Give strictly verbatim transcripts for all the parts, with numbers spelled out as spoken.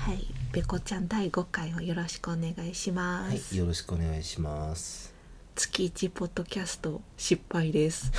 はい、べこちゃんだいごかいをよろしくお願いします。 はい、よろしくお願いします。 月いちポッドキャスト失敗です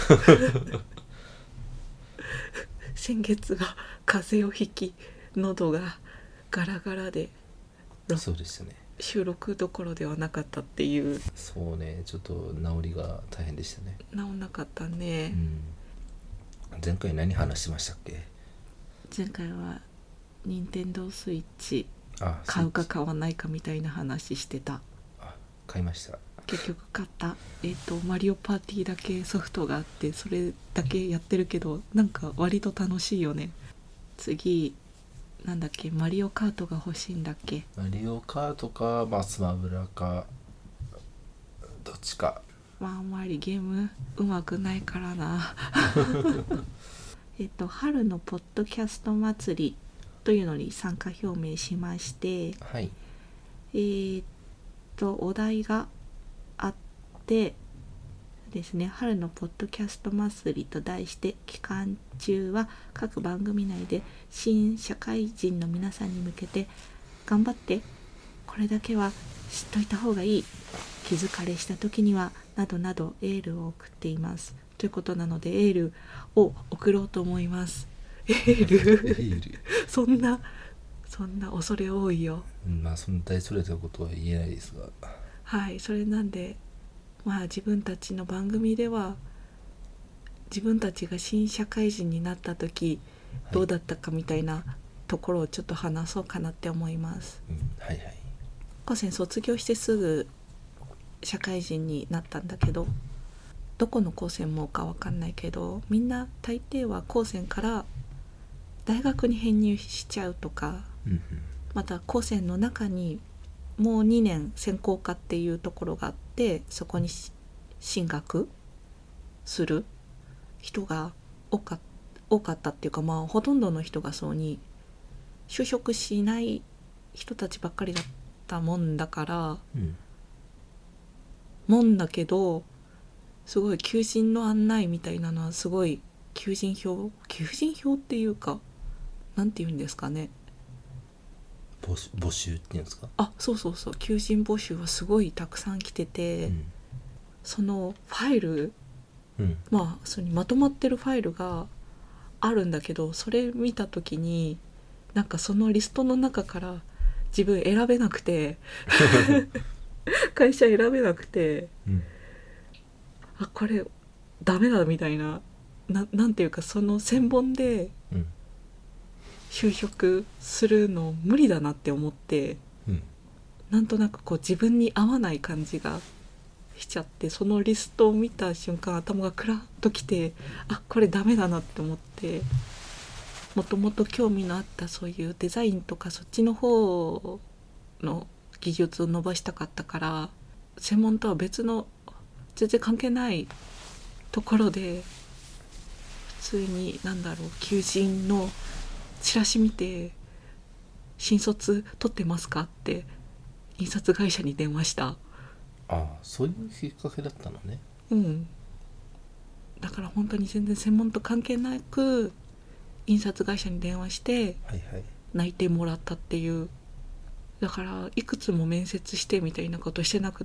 先月は風邪をひき、喉がガラガラでそうですね、 収録どころではなかったっていう。 そうね、ちょっと治りが大変でしたね。 治んなかったね、 うん、前回何話しましたっけ？ 前回は任天堂スイッチあ、 買うか買わないかみたいな話してた。 あ、買いました。 結局買った。えっとマリオパーティーだけソフトがあってそれだけやってるけどなんか割と楽しいよね。次なんだっけ、マリオカートが欲しいんだっけ。 マリオカートか、まあ、スマブラかどっちか。 まああんまりゲームうまくないからなえっと春のポッドキャスト祭りというのに参加表明しまして、 はい、 えー、っとお題があってですね、春のポッドキャスト祭りと題して期間中は各番組内で新社会人の皆さんに向けて頑張ってこれだけは知っといた方がいい、気疲れした時にはなどなどエールを送っていますということなので、エールを送ろうと思います。エールエールそんなそんな恐れ多いよ。 まあそんな大それたことは言えないですが、 はい、それなんでまあ自分たちの番組では自分たちが新社会人になった時どうだったかみたいなところをちょっと話そうかなって思います。 うん、はいはい。 高専卒業してすぐ社会人になったんだけど、どこの高専もかわかんないけどみんな大抵は高専から大学に編入しちゃうとか、 うんうん、 また高専の中にもうにねん専攻科っていうところがあってそこに進学する人が多か、多かったっていうか、まあほとんどの人がそうに就職しない人たちばっかりだったもんだから、 うん、 もんだけどすごい求人の案内みたいなのはすごい求人票求人票っていうかなんて言うんですかね、 募, 募集っていうんですか？ あ、そうそうそう、求人募集はすごいたくさん来てて、うん、そのファイル、うん、まあそれにまとまってるファイルがあるんだけど、それ見た時になんかそのリストの中から自分選べなくて会社選べなくて、うん、あこれダメだみたいな、な、なんていうかその千本で就職するの無理だなって思って、うん、なんとなくこう自分に合わない感じがしちゃって、そのリストを見た瞬間頭がクラッときて、あこれダメだなって思って、もともと興味のあったそういうデザインとかそっちの方の技術を伸ばしたかったから、専門とは別の全然関係ないところで普通になんだろう求人のチラシ見て新卒取ってますかって印刷会社に電話した。 ああ、そういうきっかけだったのね。 うん、だから本当に全然専門と関係なく印刷会社に電話して内定もらったっていう、はいはい、だからいくつも面接してみたいなことしてなくって、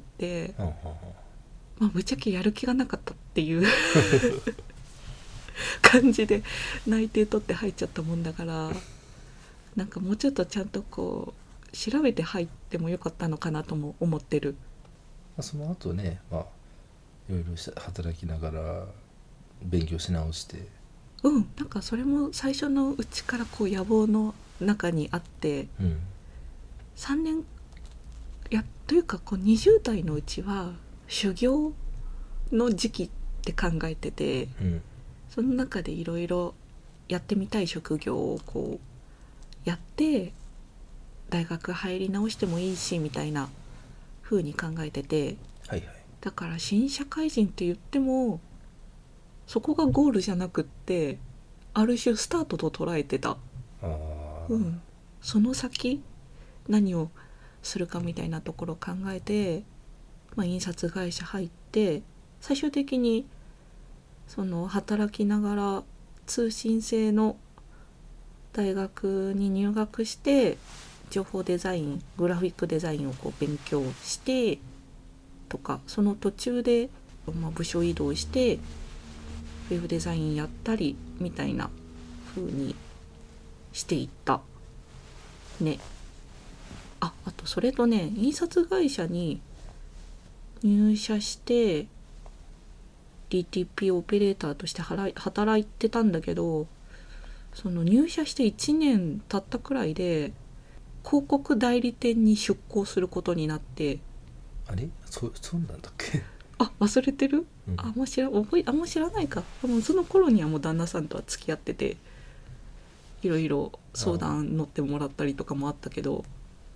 うんうんうん、まあぶっちゃけやる気がなかったっていう感じで内定取って入っちゃったもんだから、なんかもうちょっとちゃんとこう調べて入ってもよかったのかなとも思ってる。 その後ね、まあいろいろ働きながら勉強し直して、 うん、なんかそれも最初のうちからこう野望の中にあって、うん、さんねんやというかこうにじゅう代のうちは修行の時期って考えてて、うん、その中でいろいろやってみたい職業をこうやって大学入り直してもいいしみたいな風に考えてて、はいはい、だから新社会人って言ってもそこがゴールじゃなくってある種スタートと捉えてた。あ、うん、その先何をするかみたいなところを考えて、まあ、印刷会社入って最終的にその働きながら通信制の大学に入学して情報デザイングラフィックデザインをこう勉強してとか、その途中で、まあ、部署移動してウェブデザインやったりみたいな風にしていったね。あ、あとそれとね、印刷会社に入社して ディーティーピー オペレーターとして働いてたんだけど、その入社していちねん経ったくらいで広告代理店に出向することになって。 あれ そ, そうなんだっけあ、忘れてる、 うん、 あんま知ら覚えあんま知らないか。もうその頃にはもう旦那さんとは付き合ってて、いろいろ相談乗ってもらったりとかもあったけど、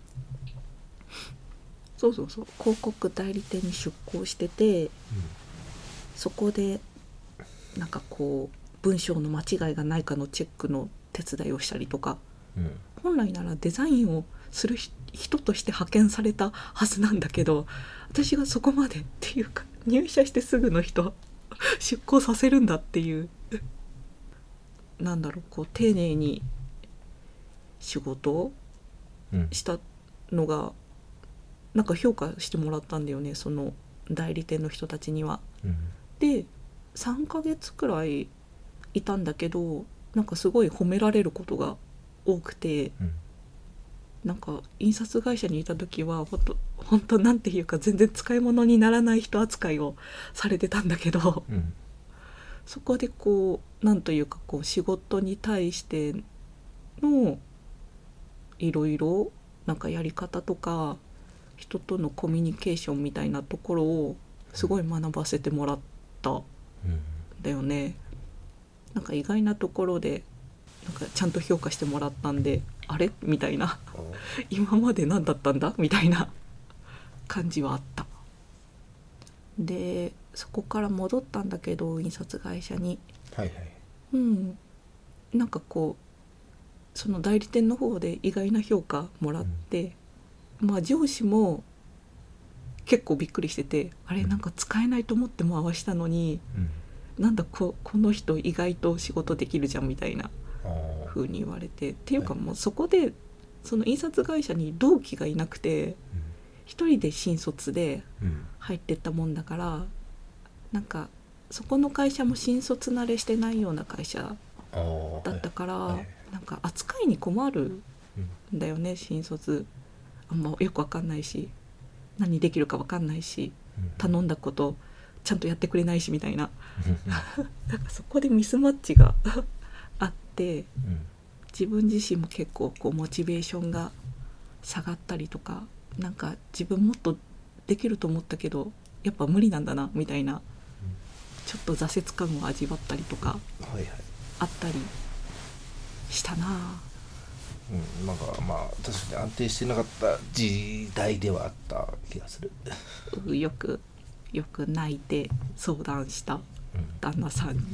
そうそうそう、広告代理店に出向してて、うん、そこでなんかこう文章の間違いがないかのチェックの手伝いをしたりとか、うん、本来ならデザインをする人として派遣されたはずなんだけど、私がそこまでっていうか、入社してすぐの人出向させるんだっていうなんだろう、こう丁寧に仕事をしたのが、うん、なんか評価してもらったんだよね、その代理店の人たちには、うん、でさんかげつくらいいたんだけど、なんかすごい褒められることが多くて、うん、なんか印刷会社にいた時はほんと本当なんていうか全然使い物にならない人扱いをされてたんだけど、うん、そこでこうなんというかこう仕事に対してのいろいろなんかやり方とか人とのコミュニケーションみたいなところをすごい学ばせてもらったんだよね、うん、なんか意外なところでなんかちゃんと評価してもらったんで、あれみたいな今まで何だったんだみたいな感じはあった。でそこから戻ったんだけど印刷会社に、はいはい、うんなんかこうその代理店の方で意外な評価もらって、うん、まあ上司も結構びっくりしてて、あれなんか使えないと思っても回したのに、うん、なんだ こ, この人意外と仕事できるじゃんみたいな風に言われて、っていうかもうそこでその印刷会社に同期がいなくて一人で新卒で入ってったもんだから、なんかそこの会社も新卒慣れしてないような会社だったから、なんか扱いに困るんだよね、新卒あんまよく分かんないし何できるか分かんないし頼んだことちゃんとやってくれないしみたいななんかそこでミスマッチがあって、自分自身も結構こうモチベーションが下がったりとか、なんか自分もっとできると思ったけどやっぱ無理なんだなみたいな、ちょっと挫折感を味わったりとかあったりしたな、 うん、なんかまあ確かに安定してなかった時代ではあった気がする。 よくよく泣いて相談した旦那さんに、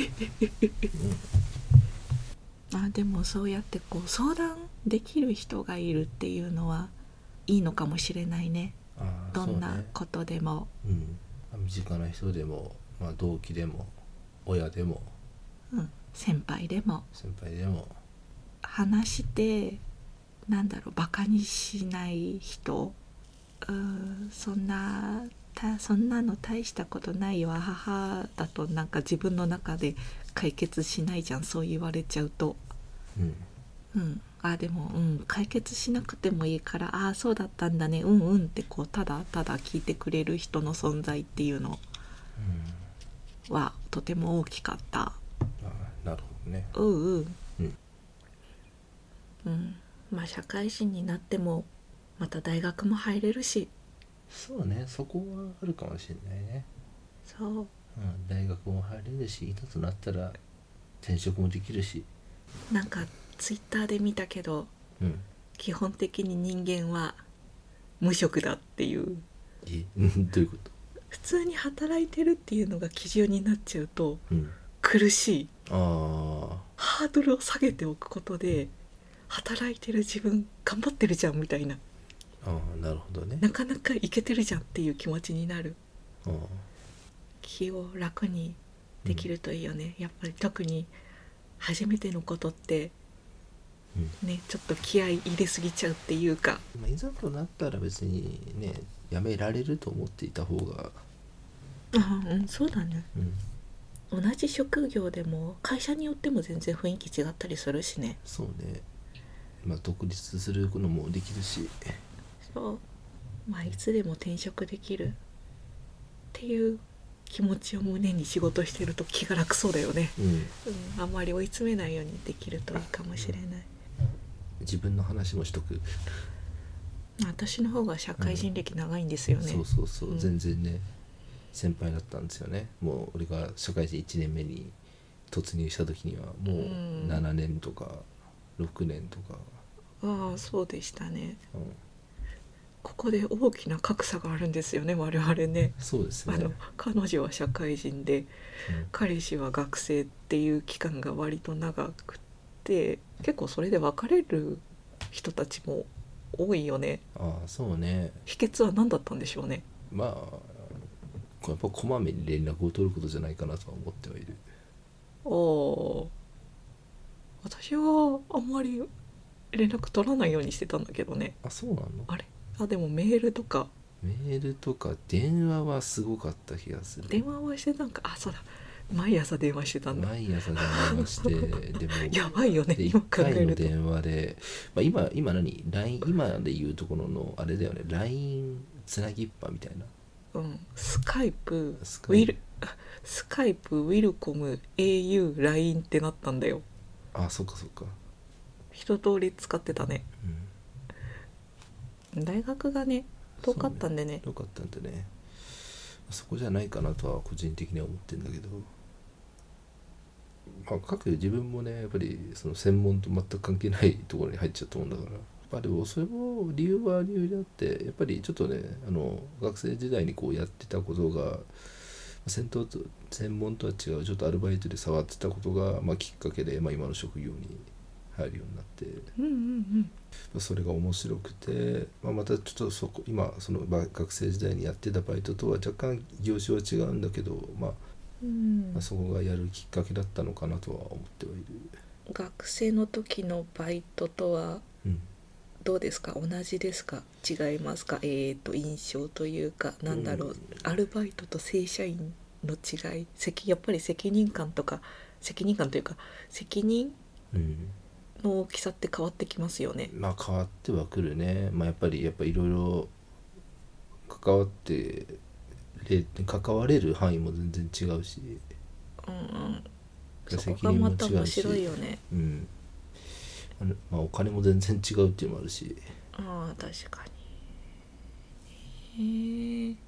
うん、あでもそうやってこう相談できる人がいるっていうのはいいのかもしれないね。あどんなことでも、 ねうん、身近な人でも、まあ、同期でも親でも、 うん、先輩でも先輩でも話してなんだろうバカにしない人、うーんそんなたそんなの大したことないよ母だとなんか自分の中で解決しないじゃん、そう言われちゃうと、うんうん、あでも、うん、解決しなくてもいいからああそうだったんだねうんうんってこうただただ聞いてくれる人の存在っていうのはとても大きかった、うん、あなるほどね、 うんうんうんうん、まあ社会人になってもまた大学も入れるし、 そうねそこはあるかもしれないね。 そう、うん、 大学も入れるしいざとなったら転職もできるし、 なんかツイッターで見たけど、うん、基本的に人間は無職だっていう。 えどういうこと？ 普通に働いてるっていうのが基準になっちゃうと、うん、苦しい。あハードルを下げておくことで働いてる自分頑張ってるじゃんみたいな、 あなるほどね、 なかなかいけてるじゃんっていう気持ちになる。あ気を楽にできるといいよね、うん、やっぱり特に初めてのことってうんね、ちょっと気合い入れすぎちゃうっていうか、 まあ、いざとなったら別にねやめられると思っていた方が、 あ、うん、そうだね。 うん、 同じ職業でも会社によっても全然雰囲気違ったりするしね。 そうね、まあ独立するのもできるし、 そう、まあいつでも転職できるっていう気持ちを胸に仕事してると気が楽そうだよね、 うん、 うん、あんまり追い詰めないようにできるといいかもしれない。 自分の話もしとく。 私の方が社会人歴長いんですよね、 そうそうそう、 うん、 全然ね先輩だったんですよね。もう俺が社会人いちねんめに突入した時にはもうななねんとかろくねんとか、 ああそうでしたね、 うん、 ここで大きな格差があるんですよね我々ね。 そうですね。 あの彼女は社会人で、 うん、 彼氏は学生っていう期間が割と長くて、結構それで別れる人たちも多いよね。 ああそうね。 秘訣は何だったんでしょうね。 まあやっぱこまめに連絡を取ることじゃないかなとは思ってはいる。 おー、私はあんまり連絡取らないようにしてたんだけどね。 あ、そうなの？ あれ、あでもメールとかメールとか電話はすごかった気がする。 電話はしてたんか。あ、そうだ、毎朝電話してたんだ。 毎朝電話してでもやばいよねで今考いっかいのえると。 電話で、まあ、今今何 ライン 今で言うところのあれだよね、 ライン つなぎっぱみたいな。 うん、スカイプ、 スカイプウィル、スカイプ、ウィルコム、エーユー、ライン ってなったんだよ。 あ、そっかそっか、 一通り使ってたね。 うん、 大学がね遠かったんでね。 よかったんでね、そこじゃないかなとは個人的には思ってるんだけど、まあ、各自分もねやっぱりその専門と全く関係ないところに入っちゃったもんだから、まあでもそれも理由は理由であって、やっぱりちょっとねあの学生時代にこうやってたことが専門と専門とは違うちょっとアルバイトで触ってたことが、まあ、きっかけで、まあ、今の職業に入るようになって、 うんうんうん、 それが面白くて、まあ、またちょっとそこ今その学生時代にやってたバイトとは若干業種は違うんだけど、まあうんまあ、そこがやるきっかけだったのかなとは思ってはいる。 学生の時のバイトとはうんどうですか？同じですか？違いますか？えーと印象というかなんだろう、 うん、 アルバイトと正社員の違い、責やっぱり責任感とか責任感というか責任うんの大きさって変わってきますよね。 まあ変わってはくるね。まあやっぱりやっぱいろいろ関わってれ関われる範囲も全然違うし、 うんうん、そこ責がま任も違うし、 た面白いよね。 うん、あのまあお金も全然違うっていうのもあるし、 ああ確かに。へえ。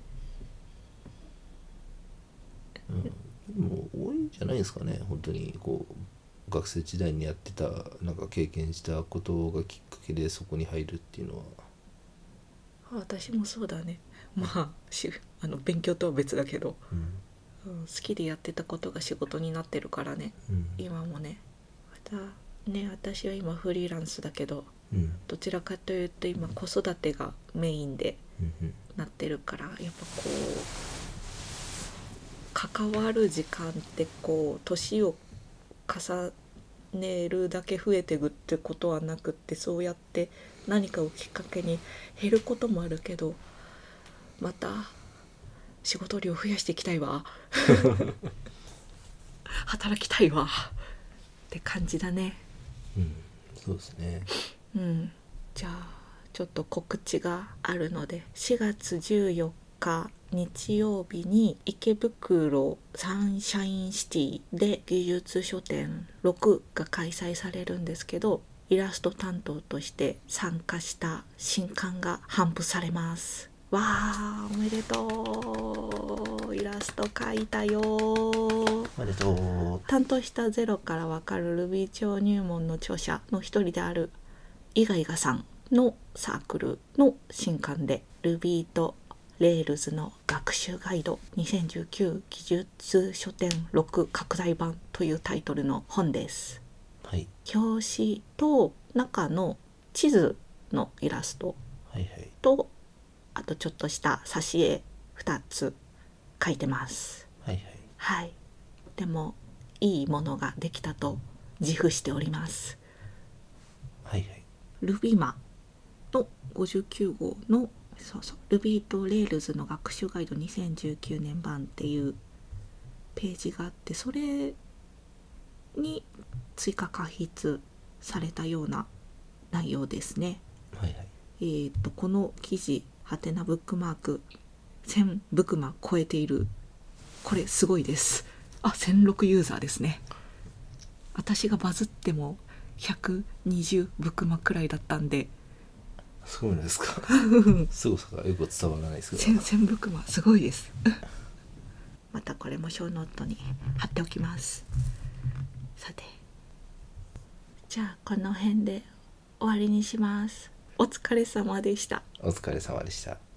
うん、でも多いんじゃないですかね本当にこう学生時代にやってたなんか経験したことがきっかけでそこに入るっていうのは。 私もそうだね。まあしあの勉強とは別だけど、 うんうん、好きでやってたことが仕事になってるからね、 うん、 今もね。またね、私は今フリーランスだけど、 うんどちらかというと今子育てがメインでうんなってるから、やっぱこう関わる時間ってこう年を重ねるだけ増えていくってことはなくって、そうやって何かをきっかけに減ることもあるけど、また仕事量増やしていきたいわ働きたいわって感じだね。 うん、そうですね。 うん、じゃあちょっと告知があるので、しがつじゅうよっか日曜日に池袋サンシャインシティで技術書店ろくが開催されるんですけど、イラスト担当として参加した新刊が頒布されます。わー、おめでとう。イラスト描いたよ。 おめでとう。 担当したゼロからわかる Ruby 超入門の著者の一人である伊賀伊賀さんのサークルの新刊で、 Ruby とレールズの学習ガイドにせんじゅうきゅう技術書店ろく拡大版というタイトルの本です。 はい、 表紙と中の地図のイラストはいはい、 と、あとちょっとした挿絵ふたつ描いてます。 はいはい、 はい、でもいいものができたと自負しております。 はいはい、 ルビマのごじゅうきゅうごうのそうそう Ruby と Rails の学習ガイドにせんじゅうきゅうねん版っていうページがあって、それに追加加筆されたような内容ですね。 はいはい、 えー、とこの記事ハテナブックマークせんブックマーク超えている。これすごいです。あ、せんろくユーザーですね。私がバズってもひゃくにじゅうブックマークくらいだったんで、 すごいですかすごさがよく伝わらないですけど、 せんブックマークすごいですまたこれもショーノートに貼っておきます。さて、じゃあこの辺で終わりにします。お疲れ様でした。 お疲れ様でした。